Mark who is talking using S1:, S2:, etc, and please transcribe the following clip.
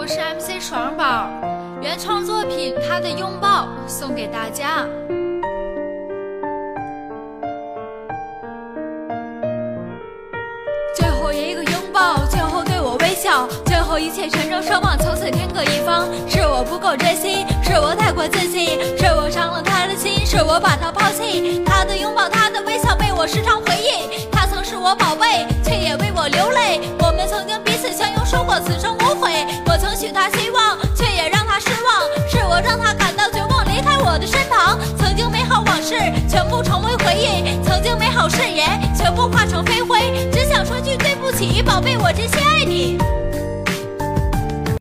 S1: 我是 MC 双宝，原创作品《他的拥抱》送给大家。最后一个拥抱，最后对我微笑，最后一切全都奢望从此天各一方。是我不够珍惜，是我太过自信，是我伤了他的心，是我把他抛弃。他的拥抱，他的微笑被我时常回忆，他曾是我宝贝，却也为我流泪。我们曾经彼此相拥，说过此生无悔。我曾许他希望，却也让他失望，是我让他感到绝望，离开我的身旁。曾经美好往事全部成为回忆，曾经美好誓言全部化成飞灰，只想说句对不起，宝贝，我真心爱你。